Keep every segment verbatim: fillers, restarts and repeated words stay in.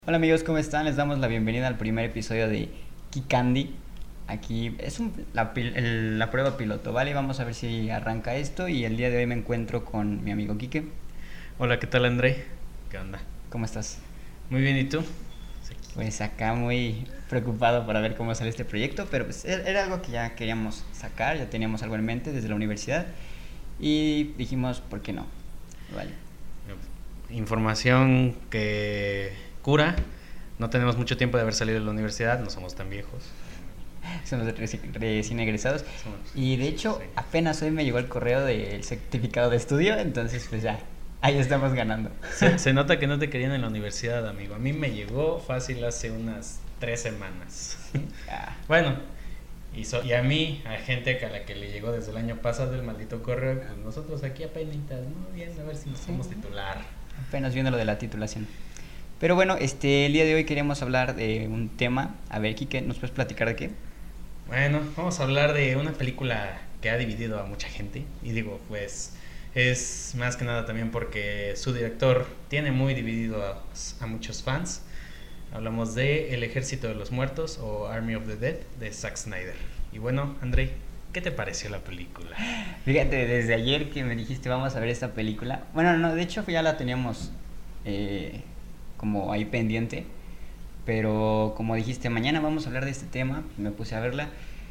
Hola amigos, ¿cómo están? Les damos la bienvenida al primer episodio de Kikandi. Aquí es un, la, el, la prueba piloto, ¿vale? Vamos a ver si arranca esto y el día de hoy me encuentro con mi amigo Quique. Hola, ¿qué tal, André? ¿Qué onda? ¿Cómo estás? Muy bien, ¿y tú? Pues acá muy preocupado para ver cómo sale este proyecto, pero pues era algo que ya queríamos sacar, ya teníamos algo en mente desde la universidad y dijimos, ¿por qué no? Vale. Información que cura. No tenemos mucho tiempo de haber salido de la universidad, no somos tan viejos. Somos reci- recién egresados. Somos, y de hecho, sí. apenas hoy me llegó el correo del certificado de estudio, entonces pues ya, ahí estamos ganando. Se, se nota que no te querían en la universidad, amigo. A mí me llegó fácil hace unas tres semanas. Sí. Ah. Bueno, y, so, y a mí, a gente a la que le llegó desde el año pasado el maldito correo, pues nosotros aquí apenas, ¿no? Bien, a ver si nos Sí. podemos titular. Apenas viendo lo de la titulación. Pero bueno, este, el día de hoy queríamos hablar de un tema. A ver, Kike, ¿nos puedes platicar de qué? Bueno, vamos a hablar de una película que ha dividido a mucha gente. Y digo, pues, es más que nada también porque su director tiene muy dividido a, a muchos fans. Hablamos de El Ejército de los Muertos o Army of the Dead de Zack Snyder. Y bueno, André, ¿qué te pareció la película? Fíjate, desde ayer que me dijiste vamos a ver esta película. Bueno, no, de hecho ya la teníamos eh, como ahí pendiente. Pero como dijiste, mañana vamos a hablar de este tema. Me puse a verla.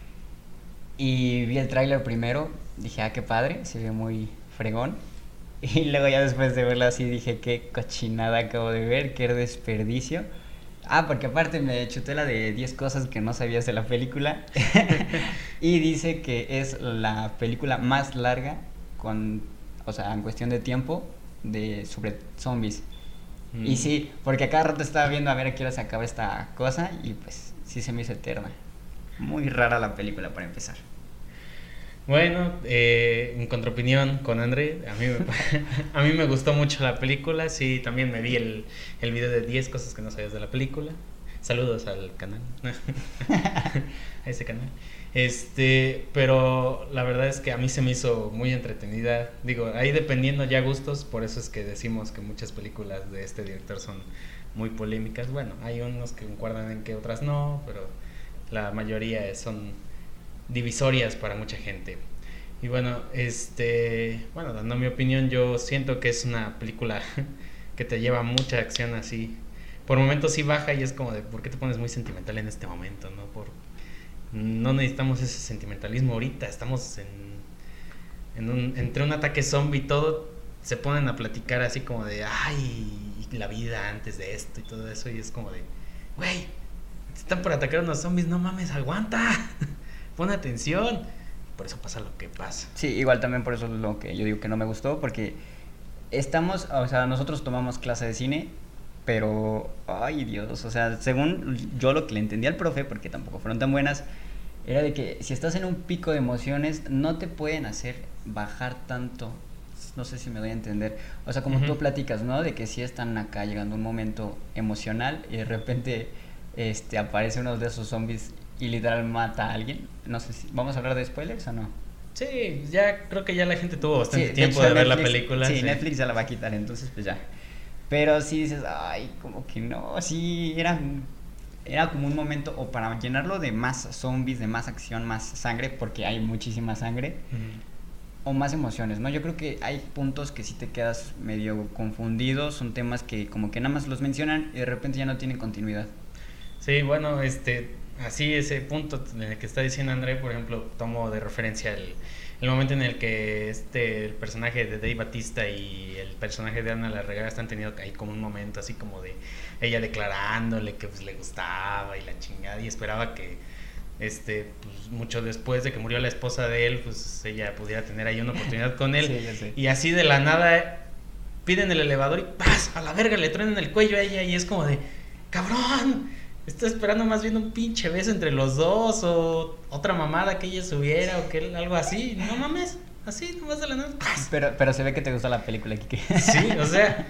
Y vi el tráiler primero. Dije, ah, qué padre, se ve muy fregón. Y luego ya después de verla así dije, qué cochinada acabo de ver, qué desperdicio. Ah, porque aparte me chuté la de diez cosas que no sabías de la película. Y dice que es la película más larga, con, o sea, en cuestión de tiempo, de sobre zombies. Mm. Y sí, porque a cada rato estaba viendo a ver a qué hora se acaba esta cosa y pues sí se me hizo eterna. Muy rara la película para empezar. Bueno, eh, en contraopinión con André, a mí, me, a mí me gustó mucho la película. Sí, también me vi el, el video de diez cosas que no sabías de la película. Saludos al canal, a ese canal. Este, pero la verdad es que a mí se me hizo muy entretenida. Digo, ahí dependiendo ya gustos, por eso es que decimos que muchas películas de este director son muy polémicas. Bueno, hay unos que concuerdan en que otras no, pero la mayoría son divisorias para mucha gente. Y bueno, este, bueno, dando mi opinión, yo siento que es una película que te lleva mucha acción así. Por momentos sí baja y es como de, ¿por qué te pones muy sentimental en este momento? No, por, no necesitamos ese sentimentalismo ahorita. Estamos en, en un, entre un ataque zombie y todo. Se ponen a platicar así como de, ay, la vida antes de esto y todo eso. Y es como de, güey, están por atacar a unos zombies, no mames, aguanta. Pon atención. Por eso pasa lo que pasa. Sí, igual también por eso es lo que yo digo que no me gustó, porque estamos, o sea, nosotros tomamos clase de cine, pero, ay Dios, o sea, según yo lo que le entendí al profe, porque tampoco fueron tan buenas, era de que si estás en un pico de emociones, no te pueden hacer bajar tanto. No sé si me doy a entender. O sea, como uh-huh. tú platicas, ¿no? De que si están acá llegando un momento emocional y de repente este, aparece uno de esos zombies y literal mata a alguien. No sé si... ¿Vamos a hablar de spoilers o no? Sí, ya creo que ya la gente tuvo bastante sí, tiempo de, de ver Netflix, la película. Sí, sí, Netflix ya la va a quitar, entonces pues ya. Pero sí dices, ay, como que no, sí, era, era como un momento, o para llenarlo de más zombies, de más acción, más sangre, porque hay muchísima sangre, uh-huh. o más emociones, ¿no? Yo creo que hay puntos que sí te quedas medio confundido, son temas que como que nada más los mencionan y de repente ya no tienen continuidad. Sí, bueno, este... Así, ese punto en el que está diciendo André, por ejemplo, tomo de referencia el, el momento en el que este el personaje de Dave Bautista y el personaje de Ana Larregada están teniendo ahí como un momento así como de ella declarándole que pues le gustaba y la chingada, y esperaba que este pues mucho después de que murió la esposa de él, pues ella pudiera tener ahí una oportunidad con él. Sí, ya sé. Y así de la nada piden el elevador y ¡paz! A la verga le truenan el cuello a ella y es como de ¡cabrón! Está esperando más bien un pinche beso entre los dos o otra mamada que ella subiera o que algo así. No mames, así nomás de la nada. Pero, pero se ve que te gusta la película, Kike. Sí, o sea,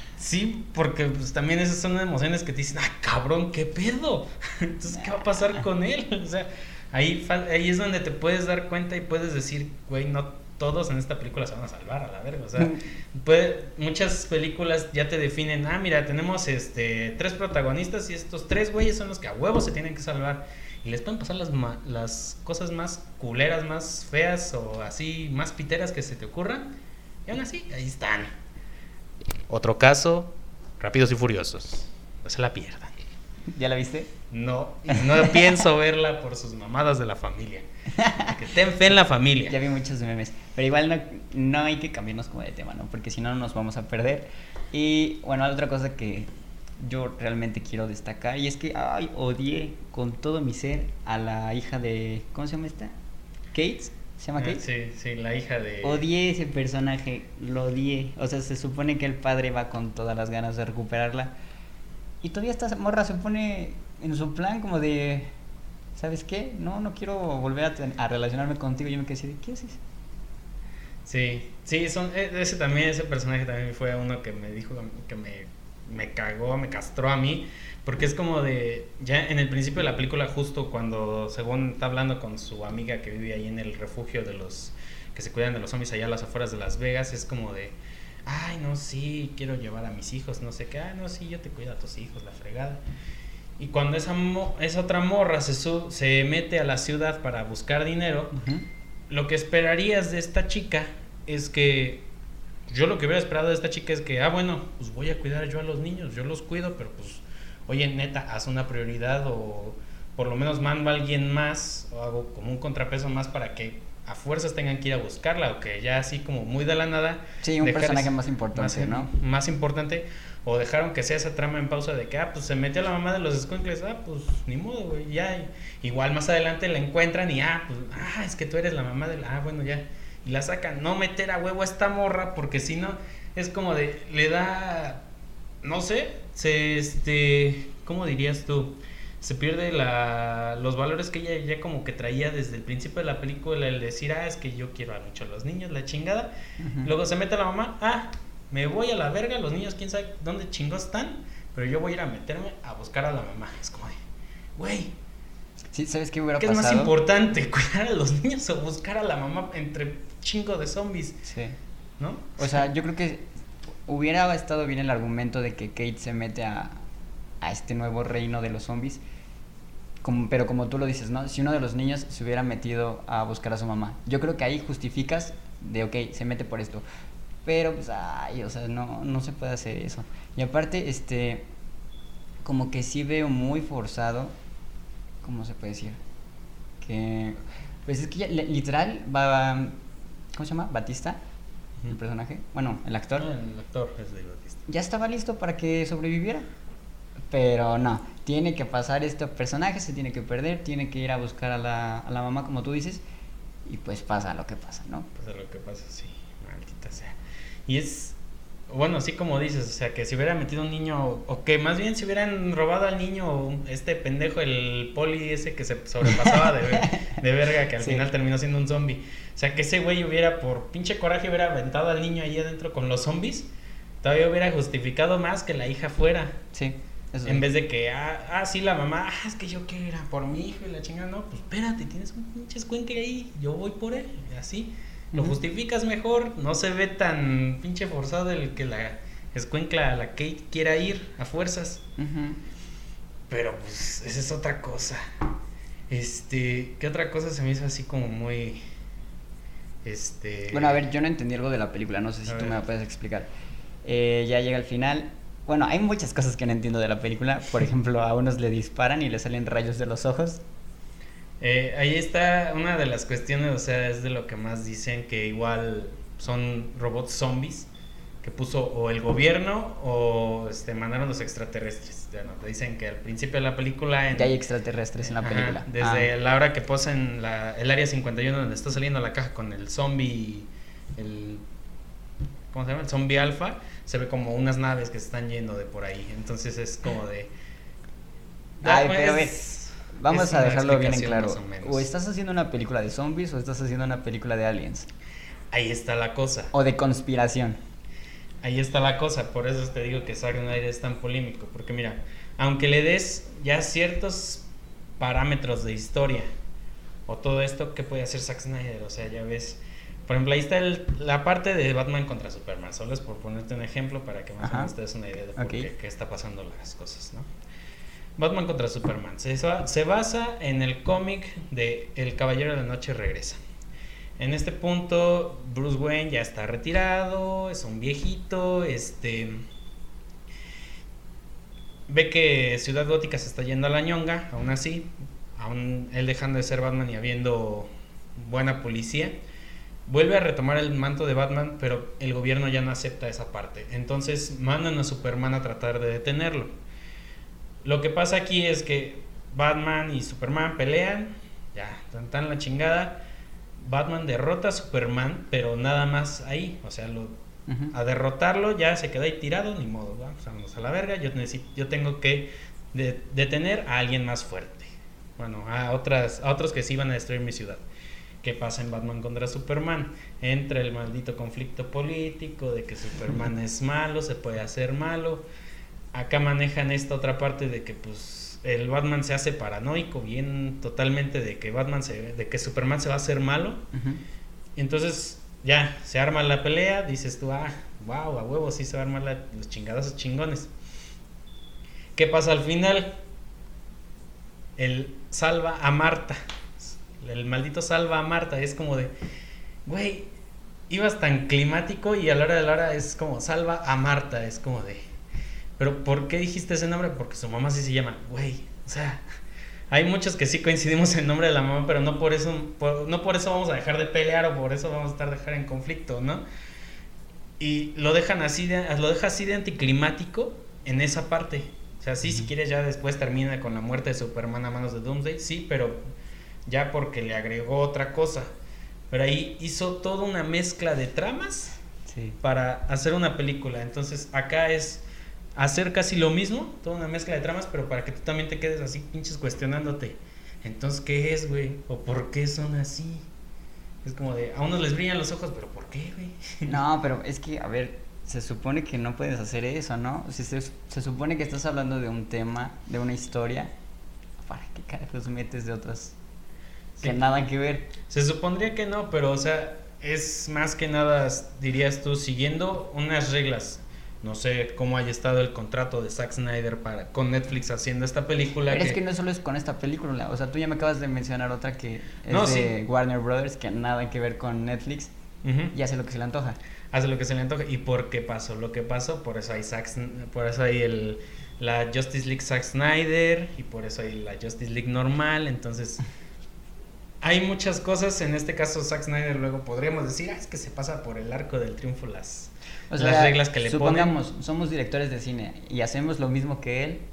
sí, porque pues también esas son emociones que te dicen, ah, cabrón, ¿qué pedo? Entonces, ¿qué va a pasar con él? O sea, ahí, ahí es donde te puedes dar cuenta y puedes decir, güey, no todos en esta película se van a salvar a la verga, o sea, puede, muchas películas ya te definen, ah, mira, tenemos este tres protagonistas y estos tres güeyes son los que a huevo se tienen que salvar, y les pueden pasar las, las cosas más culeras, más feas o así, más piteras que se te ocurran, y aún así, ahí están. Otro caso, Rápidos y Furiosos, no se la pierdan. ¿Ya la viste? No, no pienso verla por sus mamadas de la familia. Que ten fe en la familia. Ya vi muchos memes, pero igual no, no hay que cambiarnos como de tema, ¿no? Porque si no nos vamos a perder. Y bueno, otra cosa que yo realmente quiero destacar, y es que, ay, odié con todo mi ser a la hija de, ¿cómo se llama esta? ¿Kate? ¿Se llama Kate? Sí, sí, la hija de... Odié ese personaje, lo odié. O sea, se supone que el padre va con todas las ganas de recuperarla. Y todavía esta morra se pone en su plan como de, ¿sabes qué? No, no quiero volver a, ten- a relacionarme contigo. Yo me quedé así de, ¿qué haces? Sí, sí, son, ese también, ese personaje también fue uno que me dijo, que me, me cagó, me castró a mí, porque es como de, ya en el principio de la película, justo cuando, según está hablando con su amiga que vive ahí en el refugio de los, que se cuidan de los zombies allá a las afueras de Las Vegas, es como de, ay, no, sí, quiero llevar a mis hijos, no sé qué, ah, no, sí, yo te cuido a tus hijos, la fregada. Y cuando esa, mo- esa otra morra se, su- se mete a la ciudad para buscar dinero, Uh-huh. lo que esperarías de esta chica es que, yo lo que hubiera esperado de esta chica es que, ah, bueno, pues voy a cuidar yo a los niños, yo los cuido, pero pues, oye, neta, haz una prioridad o por lo menos mando a alguien más o hago como un contrapeso más para que a fuerzas tengan que ir a buscarla, o que ya así como muy de la nada. Sí, un dejar personaje ese- más importante, más, ¿no? Más importante, o dejaron que sea esa trama en pausa de que, ah, pues se metió la mamá de los escuincles, ah, pues ni modo, güey, ya. Y, igual más adelante la encuentran y, ah, pues, ah, es que tú eres la mamá de la, ah, bueno, ya. Y la sacan, no meter a huevo a esta morra, porque si no, es como de, le da, no sé, se, este, ¿cómo dirías tú? Se pierde la, los valores que ella ya como que traía desde el principio de la película, el decir, ah, es que yo quiero mucho a los niños, la chingada. Uh-huh. Luego se mete la mamá, ah, me voy a la verga, los niños quién sabe dónde chingos están, pero yo voy a ir a meterme a buscar a la mamá. Es como de, güey, Sí, ¿sabes qué hubiera ¿qué es pasado? más importante, cuidar a los niños o buscar a la mamá entre chingo de zombies? Sí. ¿No? O sea, yo creo que hubiera estado bien el argumento de que Kate se mete a, a este nuevo reino de los zombies. Como, pero como tú lo dices, ¿no? Si uno de los niños se hubiera metido a buscar a su mamá, yo creo que ahí justificas de, ok, se mete por esto. Pero, pues, ay, o sea, no, no se puede hacer eso. Y aparte, este, como que sí veo muy forzado, ¿cómo se puede decir? Que, pues es que ya, li- literal, va, ¿cómo se llama? Batista, el personaje, bueno, el actor, Ah, el actor es de Batista. ya estaba listo para que sobreviviera. Pero no, tiene que pasar este personaje, se tiene que perder, tiene que ir a buscar a la, a la mamá, como tú dices, y pues pasa lo que pasa, ¿no? Pasa lo que pasa, sí, maldita sea. Y es, bueno, así como dices, o sea, que si hubiera metido un niño, o que más bien si hubieran robado al niño, este pendejo, el poli ese que se sobrepasaba de, de verga, que al Sí. final terminó siendo un zombie. O sea, que ese güey hubiera, por pinche coraje, hubiera aventado al niño ahí adentro con los zombies, todavía hubiera justificado más que la hija fuera. Sí, eso En sí. vez de que, ah, ah, sí, la mamá, ah, es que yo quiero ir a por mi hijo y la chingada, no, pues espérate, tienes un pinche escuincle ahí, yo voy por él, y así. Lo Ujú. justificas mejor, no se ve tan pinche forzado el que la escuincla, la Kate quiera ir a fuerzas. Ujú. Pero pues, esa es otra cosa. Este, ¿qué otra cosa se me hizo así como muy, este... Bueno, a ver, yo no entendí algo de la película, no sé si A tú ver. me la puedes explicar. Eh, ya llega al final. Bueno, hay muchas cosas que no entiendo de la película. Por ejemplo, a unos le disparan y le salen rayos de los ojos. Eh, ahí está una de las cuestiones, o sea, es de lo que más dicen, que igual son robots zombies que puso o el gobierno o este mandaron los extraterrestres. Ya no, te dicen que al principio de la película en, Ya hay extraterrestres en la Ajá, película. desde Ah, la hora que posa en la, el área cincuenta y uno donde está saliendo la caja con el zombie, el ¿cómo se llama? El zombie alfa, se ve como unas naves que se están yendo de por ahí. Entonces es como de Ay, pues, pero ve, vamos es a una dejarlo bien en explicación claro. más o menos. O estás haciendo una película de zombies o estás haciendo una película de aliens. Ahí está la cosa. O de conspiración. Ahí está la cosa, por eso te digo que Zack Snyder es tan polémico, porque mira, aunque le des ya ciertos parámetros de historia o todo esto, ¿qué puede hacer Zack Snyder? O sea, ya ves, Por ejemplo, ahí está el, la parte de Batman contra Superman. Solo es por ponerte un ejemplo para que más o menos te des una idea de por okay. qué, qué está pasando las cosas, ¿no? Batman contra Superman. Se, se basa en el cómic de El Caballero de la Noche Regresa. En este punto, Bruce Wayne ya está retirado, es un viejito, este... ve que Ciudad Gótica se está yendo a la ñonga, aún así, aún él dejando de ser Batman y habiendo buena policía, vuelve a retomar el manto de Batman, pero el gobierno ya no acepta esa parte. Entonces mandan a Superman a tratar de detenerlo. Lo que pasa aquí es que Batman y Superman pelean, ya, tan tan la chingada. Batman derrota a Superman, pero nada más ahí, o sea, lo, uh-huh. a derrotarlo ya se queda ahí tirado, ni modo, ¿va? Pues vamos a la verga, yo, necesito, yo tengo que de, detener a alguien más fuerte. Bueno, a, otras, a otros que sí van a destruir mi ciudad. ¿Qué pasa en Batman contra Superman? Entra el maldito conflicto político de que Superman es malo, se puede hacer malo. Acá manejan esta otra parte de que pues el Batman se hace paranoico, bien totalmente de que Batman se, de que Superman se va a hacer malo. Uh-huh. Y entonces ya se arma la pelea, dices tú, ah, wow, a huevo, sí se va a armar la, los chingadazos chingones. ¿Qué pasa al final? Él salva a Marta. El maldito salva a Marta. Es como de, güey, ibas tan climático y a la hora de la hora es como salva a Marta. Es como de, pero ¿por qué dijiste ese nombre? Porque su mamá sí se llama, güey. O sea, hay muchos que sí coincidimos en el nombre de la mamá, pero no por eso, por, no por eso vamos a dejar de pelear o por eso vamos a estar dejar en conflicto, ¿no? Y lo dejan así de, lo deja así de anticlimático en esa parte. O sea, sí, uh-huh. si quieres ya después termina con la muerte de Superman a manos de Doomsday, sí, pero ya porque le agregó otra cosa. Pero ahí hizo toda una mezcla de tramas sí. para hacer una película. Entonces acá es hacer casi lo mismo, toda una mezcla de tramas, pero para que tú también te quedes así pinches cuestionándote. Entonces, ¿qué es, güey? ¿O por qué son así? Es como de, a unos les brillan los ojos, pero ¿por qué, güey? No, pero es que, a ver, se supone que no puedes hacer eso, ¿no? Si se, se supone que estás hablando de un tema, de una historia, ¿para qué carajos metes de otras que sí. nada que ver? Se supondría que no, pero, o sea, es más que nada, dirías tú, siguiendo unas reglas. No sé cómo haya estado el contrato de Zack Snyder para, con Netflix haciendo esta película. Pero que... es que no solo es con esta película, o sea, tú ya me acabas de mencionar otra que es no, de sí. Warner Brothers, que nada que ver con Netflix, uh-huh. y hace lo que se le antoja. Hace lo que se le antoja. ¿Y por qué pasó lo que pasó? Por eso hay Zack, por eso hay el, la Justice League Zack Snyder, y por eso hay la Justice League normal, entonces... Hay muchas cosas, en este caso Zack Snyder luego podríamos decir, ah, es que se pasa por el arco del triunfo las, o sea, las reglas que le ponen. Supongamos, somos directores de cine y hacemos lo mismo que él.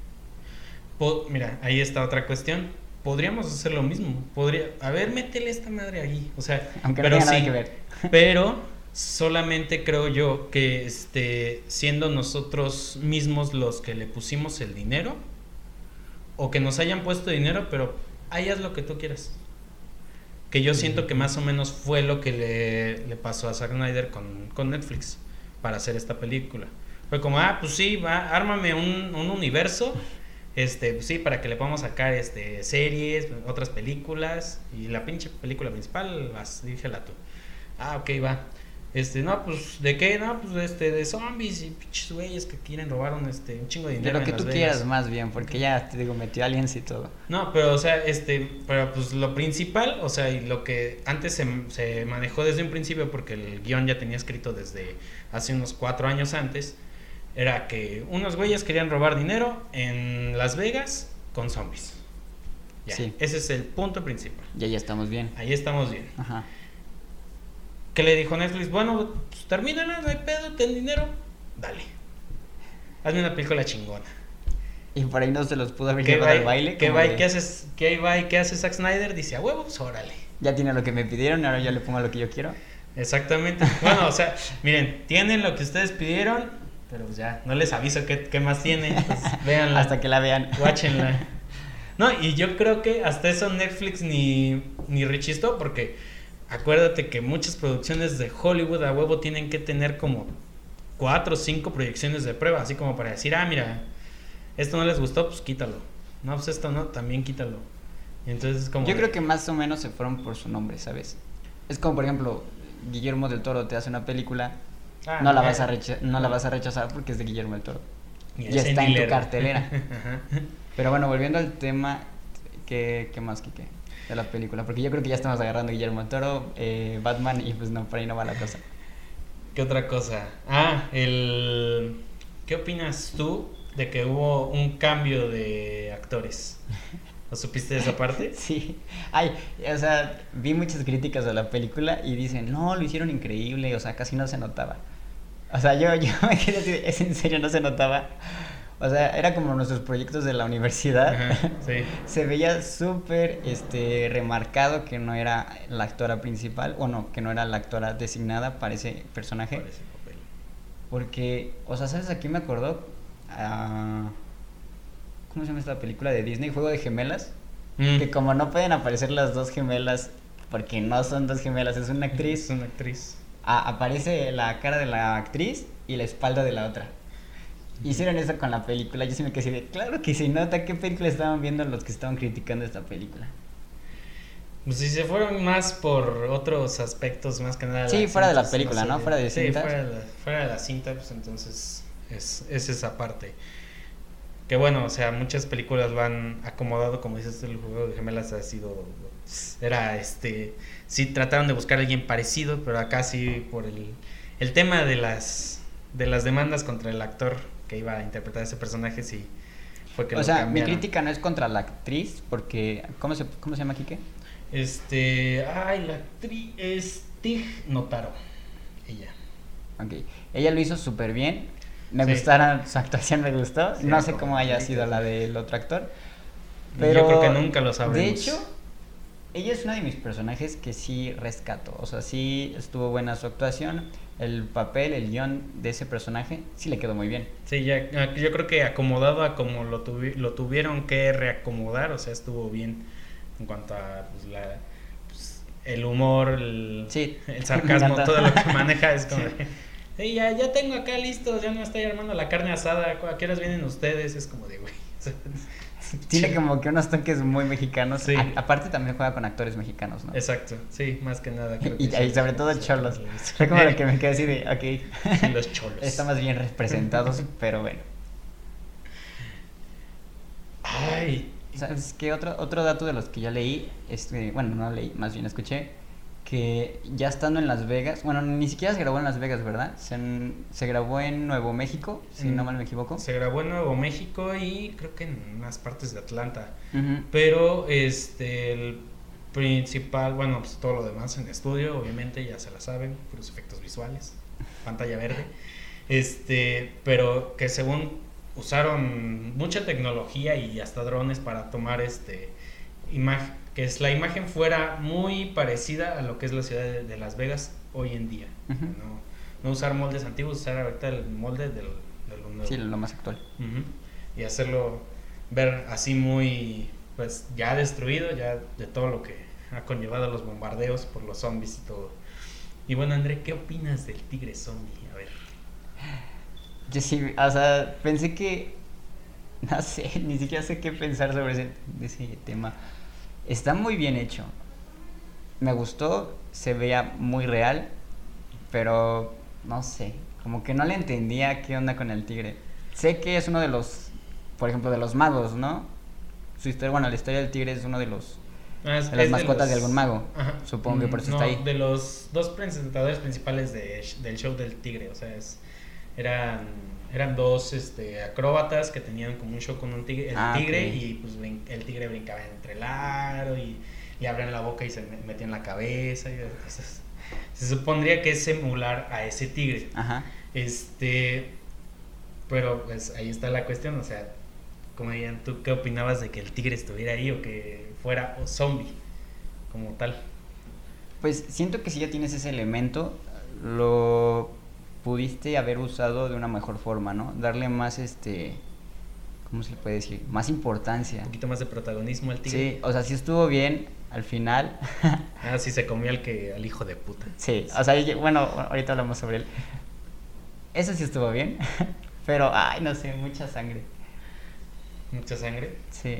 Po- mira, ahí está otra cuestión. Podríamos hacer lo mismo. Podría, a ver, métele esta madre ahí. O sea, aunque pero no tenga sí, nada que ver. Pero solamente creo yo que este, siendo nosotros mismos los que le pusimos el dinero, o que nos hayan puesto dinero, pero ahí haz lo que tú quieras. Que yo siento que más o menos fue lo que le, le pasó a Zack Snyder con, con Netflix para hacer esta película. Fue como, ah, pues sí, va, ármame un, un universo, este, pues sí, para que le podamos sacar este, series, otras películas, y la pinche película principal, vas, dígela tú. Ah, ok, va. Este, no, pues, ¿de qué? No, pues, este, de zombies y pinches güeyes que quieren robar un, este, un chingo de dinero. De lo que en tú Las quieras Vegas. más bien, porque ya, te digo, metió aliens y todo. No, pero, o sea, este, pero pues lo principal, o sea, y lo que antes se, se manejó desde un principio, porque el guión ya tenía escrito desde hace unos cuatro años antes, era que unos güeyes querían robar dinero en Las Vegas con zombies. Ya, sí. Ese es el punto principal. Ya, ya estamos bien. Ahí estamos bien. Ajá. ¿Qué le dijo Netflix? Bueno, pues termínala, no hay pedo, ten dinero, dale. Hazme una película chingona. Y por ahí no se los pudo haber llevado al baile. ¿Qué va de... y qué haces? ¿Qué va y qué hace Zack Snyder? Dice, a huevo, pues órale. Ya tiene lo que me pidieron, ahora yo le pongo lo que yo quiero. Exactamente. Bueno, o sea, miren, tienen lo que ustedes pidieron, pero pues ya, no les aviso qué, qué más tiene. Pues véanla. Hasta que la vean. Guáchenla. No, y yo creo que hasta eso Netflix ni, ni rechistó, porque acuérdate que muchas producciones de Hollywood a huevo tienen que tener como cuatro o cinco proyecciones de prueba, así como para decir, ah, mira, esto no les gustó, pues quítalo. No, pues esto no, también quítalo. Y entonces como... Yo creo que más o menos se fueron por su nombre, ¿sabes? Es como, por ejemplo, Guillermo del Toro te hace una película, Ah, no la ya. vas a recha- no la vas a rechazar porque es de Guillermo del Toro. Y Ya ese está en tu Miller. cartelera. Ajá. Pero bueno, volviendo al tema, ¿qué, qué más, Kike? De la película, porque yo creo que ya estamos agarrando Guillermo del Toro, eh, Batman, y pues no, por ahí no va la cosa. ¿Qué otra cosa? Ah, el... ¿Qué opinas tú de que hubo un cambio de actores? ¿No supiste de esa parte? Sí, ay, o sea, vi muchas críticas a la película y dicen, no, lo hicieron increíble, o sea, casi no se notaba. O sea, yo, yo me quedé así, de, ¿es en serio no se notaba? O sea, era como nuestros proyectos de la universidad. Ajá, sí. Se veía súper este, remarcado que no era la actora principal, o no, que no era la actora designada para ese personaje. Por ese papel. Porque, o sea, ¿sabes? Aquí me acordó. ah, ¿Cómo se llama esta película de Disney? Juego de Gemelas. Mm. Que como no pueden aparecer las dos gemelas, porque no son dos gemelas, es una actriz. Es una actriz. Ah, aparece la cara de la actriz y la espalda de la otra. Hicieron eso con la película. Yo sí me quedé de, claro que se nota qué película estaban viendo los que estaban criticando esta película. Pues si se fueron más por otros aspectos, más que nada. Sí, las fuera de la cintas, película, sé. ¿no? Fuera de Sí, cintas. fuera de la, fuera de la cinta, pues entonces es, es esa parte. Que bueno, o sea, muchas películas lo han acomodado, como dices, el juego de gemelas ha sido, era este, sí trataron de buscar a alguien parecido, pero acá sí por el, el tema de las, de las demandas contra el actor que iba a interpretar ese personaje, sí fue que O lo sea, mi cambiaron. crítica no es contra la actriz, porque, ¿cómo se, cómo se llama Kike? Este, ay, la actriz es Tig Notaro, ella. Ok, ella lo hizo súper bien. Me Sí. gustaron, su actuación me gustó. Sí, no sé como cómo haya ahorita, sido sí. la del otro actor. Yo Pero creo que nunca lo sabremos. De hecho, ella es uno de mis personajes que sí rescato. O sea, sí estuvo buena su actuación. El papel, el guión de ese personaje, sí le quedó muy bien. Sí, ya, yo creo que acomodado a como lo, tuvi- lo tuvieron que reacomodar, o sea, estuvo bien en cuanto a pues, la, pues, el humor, el, Sí, el me sarcasmo, encanta. todo lo que maneja es como de, "Ey, ya, ya tengo acá listos, ya no estoy armando la carne asada, ¿a qué horas vienen ustedes?" Es como de, güey. o sea, Tiene como que unos toques muy mexicanos. Sí. A- aparte también juega con actores mexicanos, ¿no? Exacto, sí, más que nada. creo que Y, sí. y sobre todo cholos. Sí, Fue como lo que me quedé así de, ok. Sí, los cholos. Estamos bien representados, pero bueno. Ay, ¿Sabes qué? Otro, otro dato de los que ya leí, este, bueno, no leí, más bien escuché, que ya estando en Las Vegas, bueno, ni siquiera se grabó en Las Vegas, ¿verdad? Se, en- se grabó en Nuevo México, si Mm, no mal me equivoco. se grabó en Nuevo México y creo que en unas partes de Atlanta. Ujú. Pero este el principal, bueno, pues todo lo demás en estudio, obviamente, ya se la saben, puros efectos visuales, pantalla verde. Este, pero que según usaron mucha tecnología y hasta drones para tomar este imagen, que es la imagen fuera muy parecida a lo que es la ciudad de, de Las Vegas hoy en día. Ujú. No, no usar moldes antiguos, usar ahorita el molde del, de lo nuevo. Sí, lo más actual. Ujú. Y hacerlo ver así muy, pues ya destruido, ya de todo lo que ha conllevado los bombardeos por los zombies y todo. Y bueno, André, ¿qué opinas del tigre zombie? A ver. Yo sí, o sea, pensé que, no sé, ni siquiera sé qué pensar sobre ese, de ese tema. Está muy bien hecho. Me gustó, se veía muy real, pero no sé, como que no le entendía qué onda con el tigre. Sé que es uno de los, por ejemplo, de los magos, ¿no? Su historia, bueno, la historia del tigre es uno de los, Ah, es- de las es mascotas de, los- algún mago. Ajá. Supongo que por eso Mm, está no, ahí. de los dos presentadores principales de, del show del tigre, o sea, es, eran, eran dos este, acróbatas que tenían como un show con un tigre, el Ah, tigre ok. y pues brin- el tigre brincaba entre el aro y le abrían la boca y se me- metían la cabeza. Y, entonces, se supondría que es emular a ese tigre. Ajá. Este, pero pues ahí está la cuestión, o sea, como dirían, ¿tú qué opinabas de que el tigre estuviera ahí o que fuera o zombie como tal? Pues siento que si ya tienes ese elemento, lo pudiste haber usado de una mejor forma, ¿no? Darle más, este, ¿cómo se le puede decir? Más importancia. Un poquito más de protagonismo al tigre. Sí, o sea, sí estuvo bien al final. Ah, sí, se comió al que al hijo de puta. Sí, o sea, yo- bueno, ahorita hablamos sobre él. Eso sí estuvo bien, pero, ay, no sé, mucha sangre. Mucha sangre. Sí.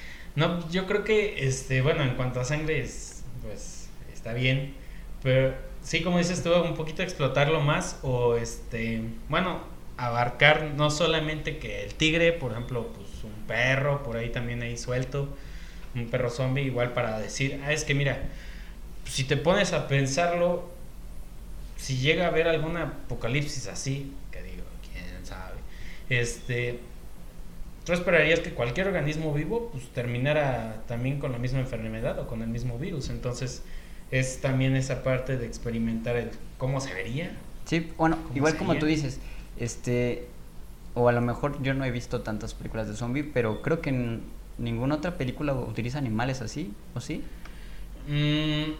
No, yo creo que, este, bueno, en cuanto a sangre, es, pues, está bien. Pero sí, como dices tú, un poquito explotarlo más o este, bueno, abarcar no solamente que el tigre, por ejemplo, pues un perro por ahí también ahí suelto, un perro zombie igual para decir, ah, es que mira, si te pones a pensarlo, si llega a haber algún apocalipsis así, que digo, quién sabe, este, tú esperarías que cualquier organismo vivo pues terminara también con la misma enfermedad o con el mismo virus, entonces es también esa parte de experimentar el cómo se vería. Sí, bueno, igual sería? como tú dices, este, o a lo mejor yo no he visto tantas películas de zombie, pero creo que en ninguna otra película utiliza animales así, ¿o sí? Mm,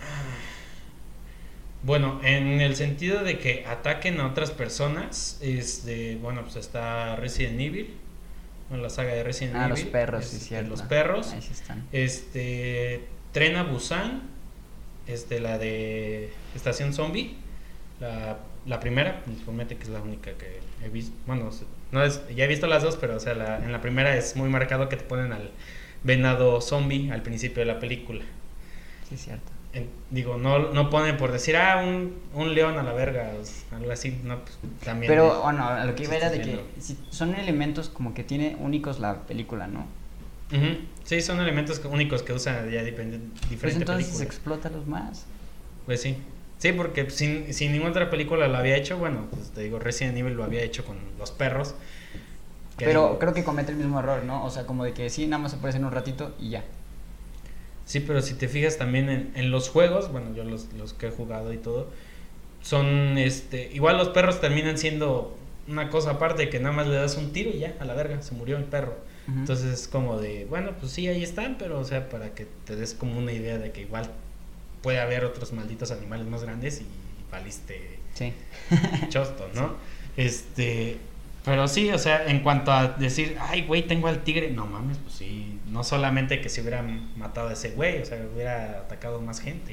bueno, en el sentido de que ataquen a otras personas, este, bueno, pues está Resident Evil, bueno, la saga de Resident Ah, Evil. los perros, sí, este, cierto. Los perros. Ahí sí están. Este, Tren a Busan, este, la de Estación Zombie, la, la primera, promete que es la única que he visto. Bueno, no es, ya he visto las dos, pero o sea, la, en la primera es muy marcado que te ponen al venado zombie al principio de la película. Sí, cierto. En, digo, no, no ponen por decir, ah, un, un león a la verga, o algo así, no, pues también. Pero, de, bueno, a lo que iba era de viendo. que si son elementos como que tiene únicos la película, ¿no? Uh-huh. Sí, son elementos únicos que usan ya diferente, diferente Pues entonces película. explótalos más. Pues sí. Sí, porque sin, sin ninguna otra película lo había hecho, bueno, pues te digo, Resident Evil lo había hecho con los perros. Pero digo, creo que comete el mismo error, ¿no? O sea, como de que sí, nada más aparecen un ratito y ya. Sí, pero si te fijas también en, en los juegos, bueno, yo los, los que he jugado y todo, son, este, igual los perros terminan siendo una cosa aparte, que nada más le das un tiro y ya, a la verga, se murió el perro. Uh-huh. Entonces es como de, bueno, pues sí, ahí están, pero o sea, para que te des como una idea de que igual puede haber otros malditos animales más grandes y valiste sí. chosto, ¿no? Sí. Este... Pero sí, o sea, en cuanto a decir, ay, güey, tengo al tigre, no mames, pues sí, no solamente que se hubieran matado a ese güey, o sea, hubiera atacado más gente.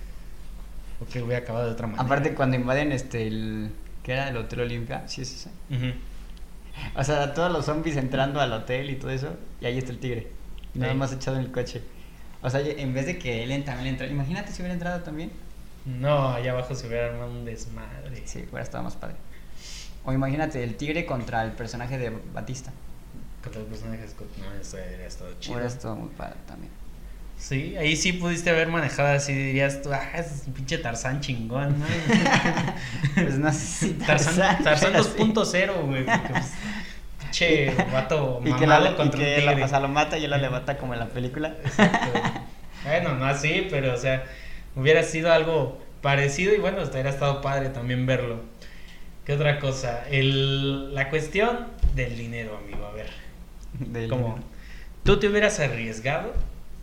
O que hubiera acabado de otra manera. Aparte, cuando invaden este, el, ¿qué era? El Hotel Olimpia, sí es ese. Uh-huh. O sea, todos los zombies entrando al hotel y todo eso, y ahí está el tigre, nada sí. más echado en el coche. O sea, en vez de que él también entró, imagínate si hubiera entrado también. No, allá abajo se hubiera armado un desmadre. Sí, hubiera estado más padre. O imagínate, el tigre contra el personaje de Batista. Contra el personaje de Scott. No, eso hubiera estado chido. Hubiera estado muy padre también. Sí, ahí sí pudiste haber manejado así, dirías tú, ah, es un pinche Tarzán chingón, ¿no? Pues no sé si Tarzán. Tarzán, Tarzán dos punto cero, güey. Pues, pinche vato y mamado que la, contra y que un tigre. La, o sea, lo mata y él la levanta como en la película. Exacto. Bueno, no así, pero o sea, hubiera sido algo parecido y bueno, hubiera estado padre también verlo. ¿Qué otra cosa? El, la cuestión del dinero, amigo, a ver. Del ¿Cómo? dinero. ¿Tú te hubieras arriesgado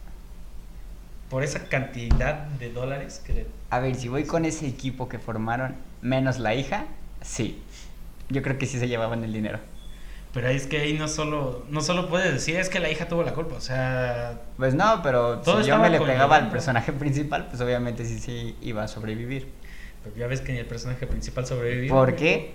por esa cantidad de dólares? Que... A ver, si voy con ese equipo que formaron, menos la hija, sí. Yo creo que sí se llevaban el dinero. Pero es que ahí no solo, no solo puedes decir, es que la hija tuvo la culpa, o sea... Pues no, pero si yo me le pegaba al personaje principal, pues obviamente sí, sí iba a sobrevivir. Pero ya ves que ni el personaje principal sobrevivió. ¿Por qué?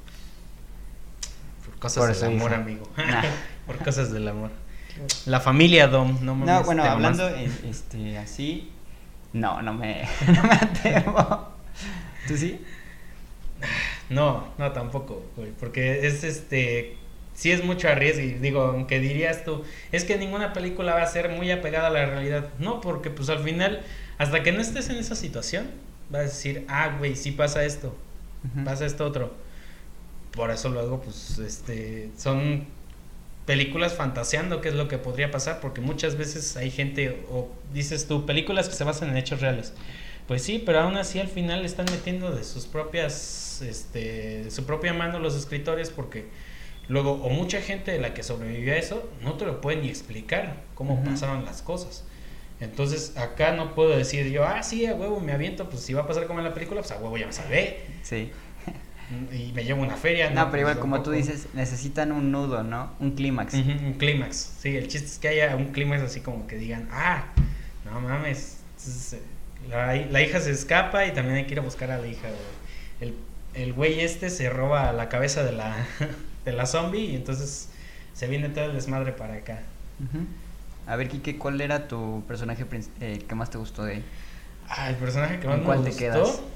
Por cosas Por del amor, hija. Amigo. Nah. Por cosas del amor. La familia Dom, no mames. No, bueno, hablando en, este, así, no, no me, no me atrevo. ¿Tú sí? No, no tampoco, güey, porque es este... Sí es mucho arriesgue, y digo, aunque dirías tú, es que ninguna película va a ser muy apegada a la realidad. No, porque pues al final, hasta que no estés en esa situación, vas a decir, ah, güey, sí pasa esto, uh-huh. pasa esto otro. Por eso luego, pues, este, son películas fantaseando qué es lo que podría pasar, porque muchas veces hay gente, o dices tú, películas que se basan en hechos reales. Pues sí, pero aún así al final están metiendo de sus propias, este, de su propia mano los escritores, porque... Luego, o mucha gente de la que sobrevivió a eso no te lo puede ni explicar cómo uh-huh. pasaron las cosas. Entonces, acá no puedo decir yo, ah, sí, a huevo me aviento, pues si va a pasar como en la película, pues a huevo ya me salvé. Sí. Y me llevo una feria. No, no pero igual pues, como tampoco. tú dices, necesitan un nudo, ¿no? Un clímax. Uh-huh, un clímax, sí, el chiste es que haya un clímax así como que digan, ah, no mames, la, la hija se escapa y también hay que ir a buscar a la hija. El, el güey este se roba la cabeza de la... de la zombie y entonces se viene todo el desmadre para acá. Uh-huh. A ver, Kike, ¿cuál era tu personaje eh, que más te gustó de él? Ah, el personaje que más me cuál gustó. te quedas?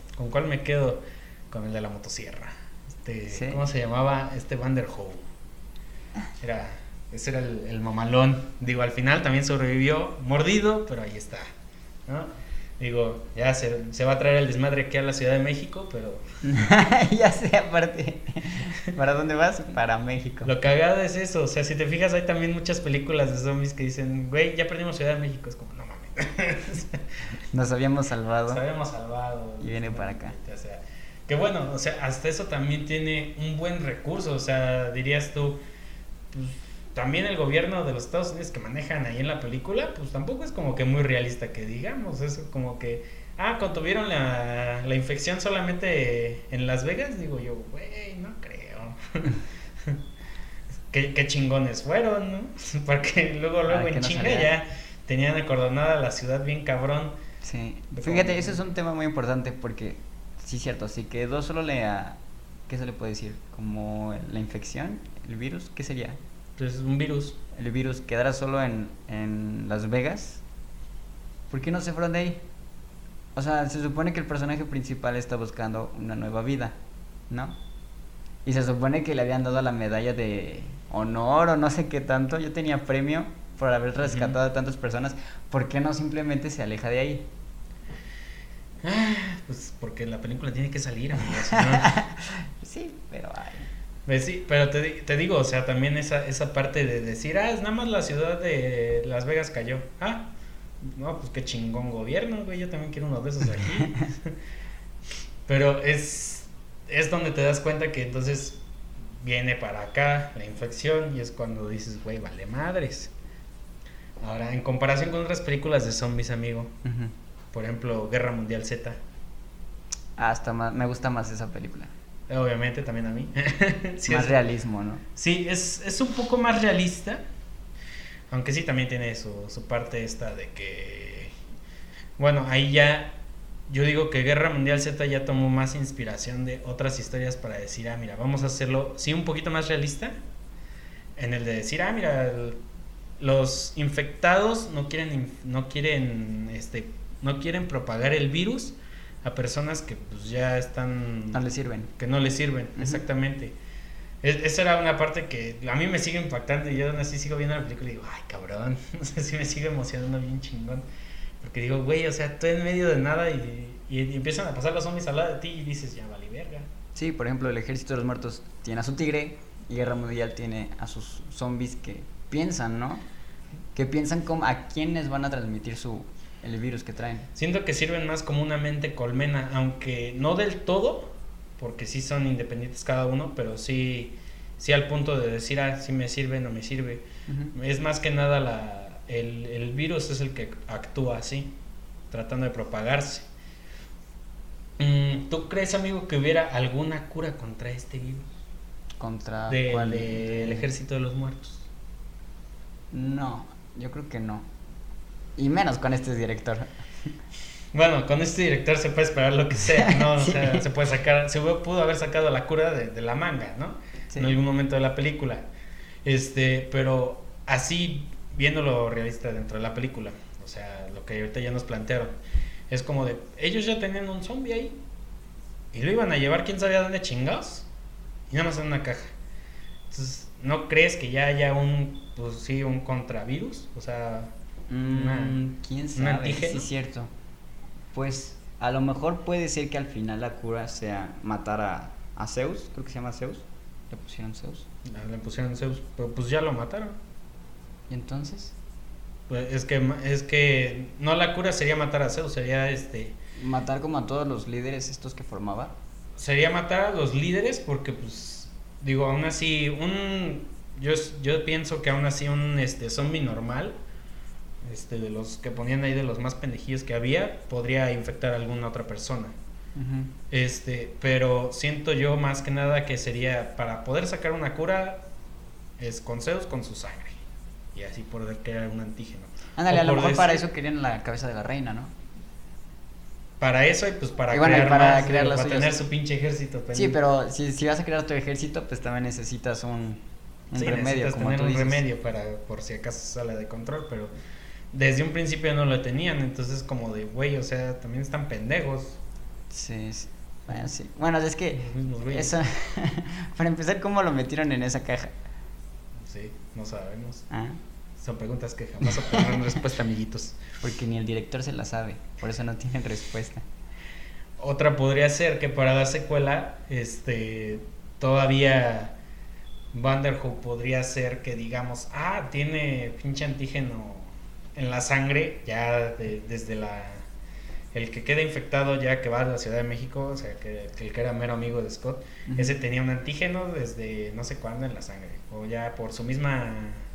¿Con cuál me quedo? Con el de la motosierra. Este, ¿Sí? ¿Cómo se llamaba? Este Vanderhoof. Era, ese era el, el mamalón. Digo, al final también sobrevivió mordido, pero ahí está, ¿no? Digo, ya se, se va a traer el desmadre aquí a la Ciudad de México, pero... Ya sé, aparte. ¿Para dónde vas? Para México. Lo cagado es eso, o sea, si te fijas, hay también muchas películas de zombies que dicen, güey, ya perdimos Ciudad de México. Es como, no mames. Nos habíamos salvado. Nos habíamos salvado. Y viene para acá. O sea, que bueno, o sea, hasta eso también tiene un buen recurso, o sea, dirías tú, pues, también el gobierno de los Estados Unidos que manejan ahí en la película, pues tampoco es como que muy realista que digamos, es como que, ah, contuvieron la, la infección solamente en Las Vegas, digo yo, güey, no creo. qué, qué chingones fueron, ¿no? Porque luego, luego Ah, en no chinga sabía. ya tenían acordonada la ciudad bien cabrón. Sí. De Fíjate, cómo- ese es un tema muy importante porque, sí, cierto, si quedó solo la... ¿Qué se le puede decir? Como la infección, el virus, ¿qué sería? Pues un virus. El virus quedara solo en, en Las Vegas, ¿por qué no se fueron de ahí? O sea, se supone que el personaje principal está buscando una nueva vida, ¿no? Y se supone que le habían dado la medalla de honor o no sé qué tanto. Yo tenía premio por haber rescatado Ujú. a tantas personas. ¿Por qué no simplemente se aleja de ahí? Ah, pues porque la película tiene que salir, amigos, ¿no? Sí, pero ay. Pues sí, pero te, di- te digo, o sea, también esa, esa parte de decir, ah, es nada más la ciudad de Las Vegas cayó. Ah, no, pues qué chingón gobierno, güey, yo también quiero uno de esos aquí. Pero es, es donde te das cuenta que entonces viene para acá la infección y es cuando dices, güey, vale madres. Ahora, en comparación con otras películas de zombies, amigo, Ujú. por ejemplo, Guerra Mundial Z, Hasta más, me gusta más esa película. obviamente también a mí. Sí, Más es- realismo, ¿no? Sí, es, es un poco más realista, aunque sí también tiene su, su parte esta de que, bueno, ahí ya, yo digo que Guerra Mundial Z ya tomó más inspiración de otras historias para decir, ah, mira, vamos a hacerlo, sí, un poquito más realista, en el de decir, ah, mira, el- los infectados no quieren, inf- no quieren, este, no quieren propagar el virus a personas que pues ya están... No le sirven. que no les sirven, Ujú. exactamente. Es- esa era una parte que a mí me sigue impactando y yo aún así sigo viendo la película y digo, ay, cabrón, no sé si me sigue emocionando bien chingón. Porque digo, güey, o sea, tú en medio de nada y, y, y empiezan a pasar los zombies al lado de ti y dices, ya vale verga. Sí, por ejemplo, el Ejército de los Muertos tiene a su tigre y Guerra Mundial tiene a sus zombies que piensan, ¿no? Que piensan como a quiénes van a transmitir su el virus que traen. Siento que sirven más como una mente colmena, aunque no del todo, porque sí son independientes cada uno, pero sí, sí al punto de decir, ah, sí me sirve, no me sirve. Ujú. Es más que nada la, el, el virus es el que actúa así, tratando de propagarse. Mm, ¿Tú crees, amigo, que hubiera alguna cura contra este virus? ¿Contra De- cuál? del ejército de los muertos. No, yo creo que no. Y menos con este director. Bueno, con este director se puede esperar lo que sea, ¿no? O Sí. sea, se puede sacar, se pudo haber sacado la cura de, de la manga, ¿no? Sí. En algún momento de la película. Este, pero así viéndolo realista dentro de la película, o sea, lo que ahorita ya nos plantearon, es como de, ellos ya tenían un zombie ahí y lo iban a llevar quién sabe a dónde chingados y nada más en una caja. Entonces, ¿no crees que ya haya un, pues sí, un contravirus? O sea, Mm, Una- ¿quién un sabe? antígeno. Sí, es cierto. Pues a lo mejor puede ser que al final la cura sea matar a, a Zeus, creo que se llama Zeus. Le pusieron Zeus. le pusieron Zeus, pero pues ya lo mataron. ¿Y entonces? Pues es que es que no, la cura sería matar a Zeus, sería este Matar como a todos los líderes estos que formaba. sería matar a los líderes porque pues digo, aún así un yo yo pienso que aún así un este zombie normal, este de los que ponían ahí de los más pendejillos que había, podría infectar a alguna otra persona. Ujú. Este, pero siento yo más que nada que sería para poder sacar una cura es con Zeus con su sangre y así poder crear un antígeno. Ándale, O a lo por mejor para decir- eso querían la cabeza de la reina, ¿no? Para eso y pues para Y bueno, y crear para más, crear digo, las para suyas. tener su pinche ejército. Sí, pendiente. pero si, si vas a crear tu ejército, pues también necesitas un, un Sí, remedio, necesitas como tener tú un dices. remedio para por si acaso sale de control, pero desde un principio no lo tenían, entonces como de, güey, o sea, también están pendejos. Sí, sí. Bueno, sí. Bueno, es que Los mismos güeyes. eso, para empezar, ¿cómo lo metieron en esa caja? Sí, no sabemos. Ah, Son preguntas que jamás obtendrán respuesta, amiguitos. porque ni el director se la sabe, por eso no tienen respuesta. Otra podría ser que para la secuela, este, todavía Vanderhoof podría ser que digamos, ah, tiene pinche antígeno en la sangre, ya de- desde la, el que queda infectado ya que va a la Ciudad de México, o sea, que, que el que era mero amigo de Scott, Ujú. ese tenía un antígeno desde no sé cuándo en la sangre, o ya por su misma,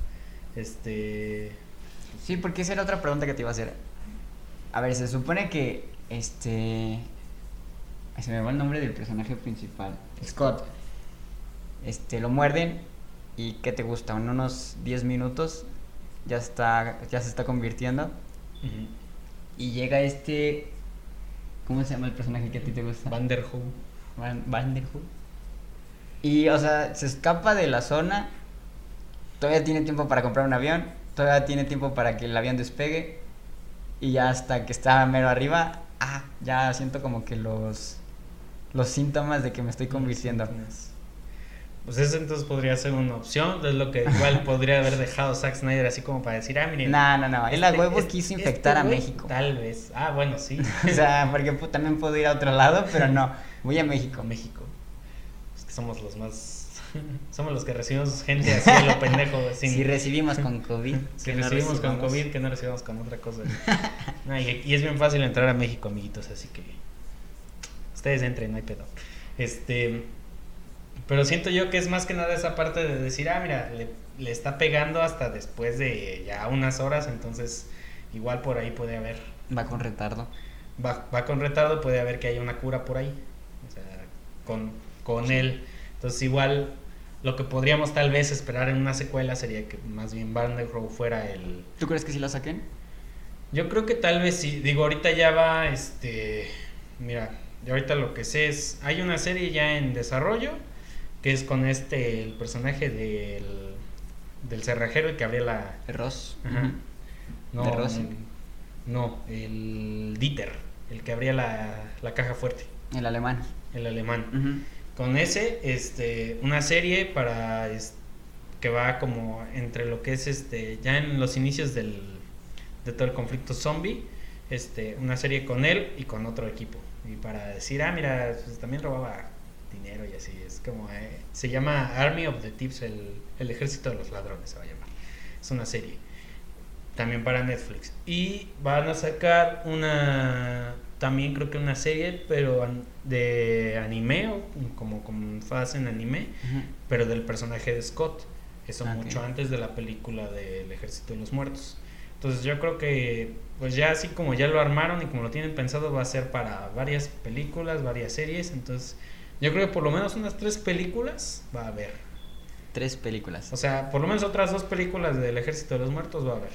este, Sí, porque esa era otra pregunta que te iba a hacer. A ver, se supone que este. Ay, se me va el nombre del personaje principal. Scott. Este, lo muerden y ¿qué te gusta? En unos diez minutos ya está, ya se está convirtiendo ujú, y llega este, ¿cómo se llama el personaje que a ti te gusta? Vanderhoof. Van, Vanderhoof. Y, o sea, se escapa de la zona, todavía tiene tiempo para comprar un avión, todavía tiene tiempo para que el avión despegue y ya hasta que está mero arriba, ah, ya siento como que los los síntomas de que me estoy convirtiendo. Pues eso entonces podría ser una opción, es lo que igual podría haber dejado Zack Snyder así como para decir, ah, miren. No, no, no, él a este- huevo este- quiso este infectar a güey, México. Tal vez, ah, bueno, sí. O sea, porque pu- también puedo ir a otro lado, pero no, voy a México. Con México. Es que somos los más, somos los que recibimos gente así a lo pendejo. Sin, Si recibimos con COVID, si que no recibimos con recibamos. COVID, que no recibamos con otra cosa. No, y, y es bien fácil entrar a México, amiguitos, así que ustedes entren, no hay pedo. Este, pero siento yo que es más que nada esa parte de decir, ah, mira, le, le está pegando hasta después de ya unas horas, entonces igual por ahí puede haber, Va con retardo. va, va con retardo, puede haber que haya una cura por ahí, o sea, con, con él. Entonces igual lo que podríamos tal vez esperar en una secuela sería que más bien Vanderhoof fuera el... ¿Tú crees que sí lo saquen? Yo creo que tal vez sí, digo, ahorita ya va, este, mira, yo ahorita lo que sé es, hay una serie ya en desarrollo, que es con este, el personaje del, del cerrajero, el que abría la... De Ross. Ajá. Ujú. No, De Rossi. no, el Dieter, el que abría la, la caja fuerte, El alemán. el alemán. Ujú. Con ese, este, una serie para, es- que va como entre lo que es, este, ya en los inicios del, de todo el conflicto zombie, este, una serie con él y con otro equipo. Y para decir, ah, mira, pues también robaba dinero y así, es como, eh, se llama Army of the Thieves, el, el ejército de los ladrones se va a llamar. Es una serie, también para Netflix. Y van a sacar una, también creo que una serie, pero an- de anime, o como, como hacen anime, Ujú. pero del personaje de Scott. Eso Ah, mucho ok. antes de la película del Ejército de los Muertos. Entonces yo creo que pues ya así como ya lo armaron y como lo tienen pensado va a ser para varias películas, varias series. Entonces yo creo que por lo menos unas tres películas va a haber. Tres películas. O sea, por lo menos otras dos películas del Ejército de los Muertos va a haber.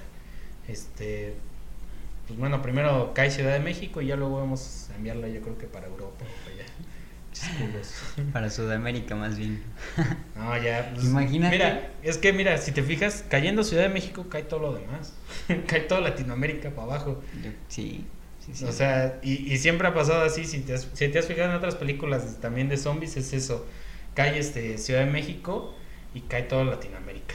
Este, pues bueno, primero cae Ciudad de México y ya luego vamos a enviarla yo creo que para Europa o para allá. Chisculos. Para Sudamérica más bien. No, ya. Pues, Imagínate. Mira, es que mira, si te fijas, cayendo Ciudad de México cae todo lo demás. Cae toda Latinoamérica para abajo. Yo- sí, sí, sí. O sea, y, y siempre ha pasado así. Si te, has, si te has fijado en otras películas también de zombies, es eso. Cae este, Ciudad de México y cae toda Latinoamérica.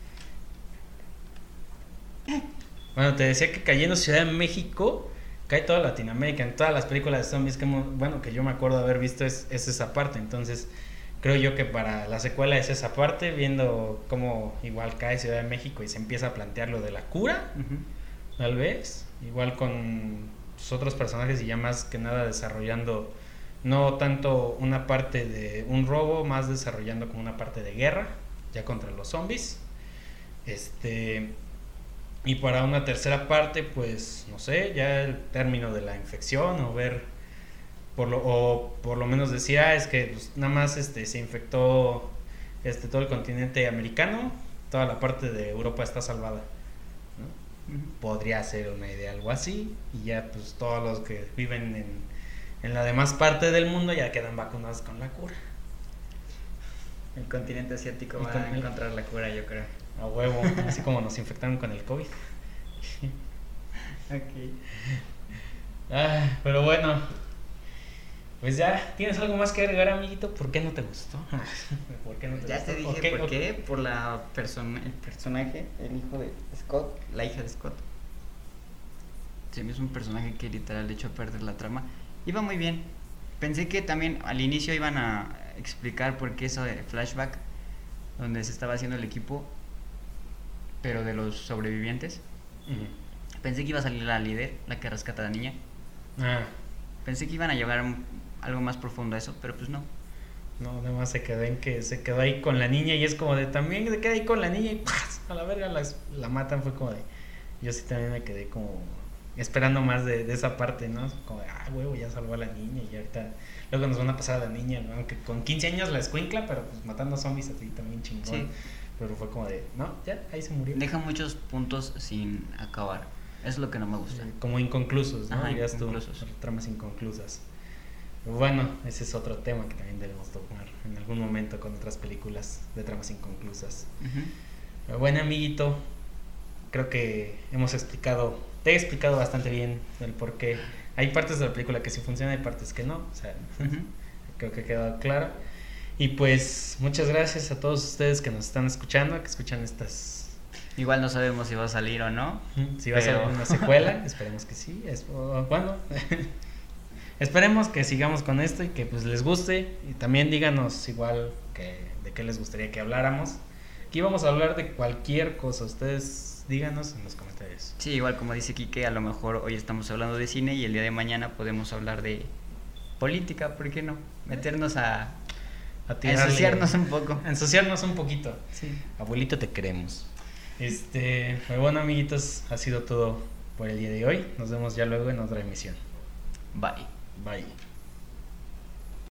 Bueno, te decía que cayendo Ciudad de México cae toda Latinoamérica. En todas las películas de zombies que hemos, bueno, que yo me acuerdo de haber visto es, es esa parte. Entonces, creo yo que para la secuela es esa parte, viendo cómo igual cae Ciudad de México y se empieza a plantear lo de la cura, Ujú. tal vez. Igual con pues, otros personajes y ya más que nada desarrollando no tanto una parte de un robo, más desarrollando como una parte de guerra, ya contra los zombies. Este... Y para una tercera parte, pues, no sé, ya el término de la infección o ver, por lo, o por lo menos decir, ah, es que pues, nada más este, se infectó este, todo el continente americano, toda la parte de Europa está salvada, ¿no? Ujú. Podría ser una idea, algo así, y ya pues todos los que viven en, en la demás parte del mundo ya quedan vacunados con la cura. El continente asiático Y va con a el- encontrar la cura, yo creo. A huevo, así como nos infectaron con el COVID. Ok. Ah, pero bueno, Pues ya, ¿tienes algo más que agregar, amiguito? ¿Por qué no te gustó? ¿Por qué no te Ya gustó? te dije ¿Por qué? por qué, por la persona, el personaje, el hijo de Scott, la hija de Scott. Se me hizo un personaje que literal le echó a perder la trama. Iba muy bien. Pensé que también al inicio iban a explicar por qué eso de flashback, donde se estaba haciendo el equipo, pero de los sobrevivientes. Uh-huh. Pensé que iba a salir la líder, la que rescata a la niña. Ah, Pensé que iban a llevar un- algo más profundo a eso, pero pues no. no, nada más se quedó en que se quedó ahí con la niña y es como de también se queda ahí con la niña y ¡paz! A la verga la, la matan. Fue como de. Yo sí también me quedé como esperando más de, de esa parte, ¿no? Como de, ah, huevo, ya salvó a la niña y ahorita luego nos van a pasar a la niña, ¿no? Aunque con quince años la escuincla, pero pues matando zombies así también chingón. Sí. Pero fue como de, no, ya, ahí se murió. Deja muchos puntos sin acabar. Eso es lo que no me gusta. Eh, Como inconclusos, ¿no? Ajá, Dirías tú, inconclusos. tramas inconclusas. Bueno, ese es otro tema que también debemos tocar en algún momento con otras películas de tramas inconclusas. Ujú. Pero bueno, amiguito, creo que hemos explicado, te he explicado bastante bien el por qué. Hay partes de la película que sí funcionan, hay partes que no, o sea, Ujú. creo que ha quedado claro. Y pues muchas gracias a todos ustedes que nos están escuchando, que escuchan estas. Igual no sabemos si va a salir o no. Si va a pero- ser una secuela, esperemos que sí. Es, o- bueno, esperemos que sigamos con esto y que pues les guste. Y también díganos igual que, de qué les gustaría que habláramos. Aquí vamos a hablar de cualquier cosa. Ustedes díganos en los comentarios. Sí, igual como dice Quique, a lo mejor hoy estamos hablando de cine y el día de mañana podemos hablar de política, ¿por qué no? Meternos a, A a tirarle- ensuciarnos un poco. a ensuciarnos un poquito. Sí. Abuelito, te queremos. Este, muy bueno, amiguitos, ha sido todo por el día de hoy. Nos vemos ya luego en otra emisión. Bye. Bye.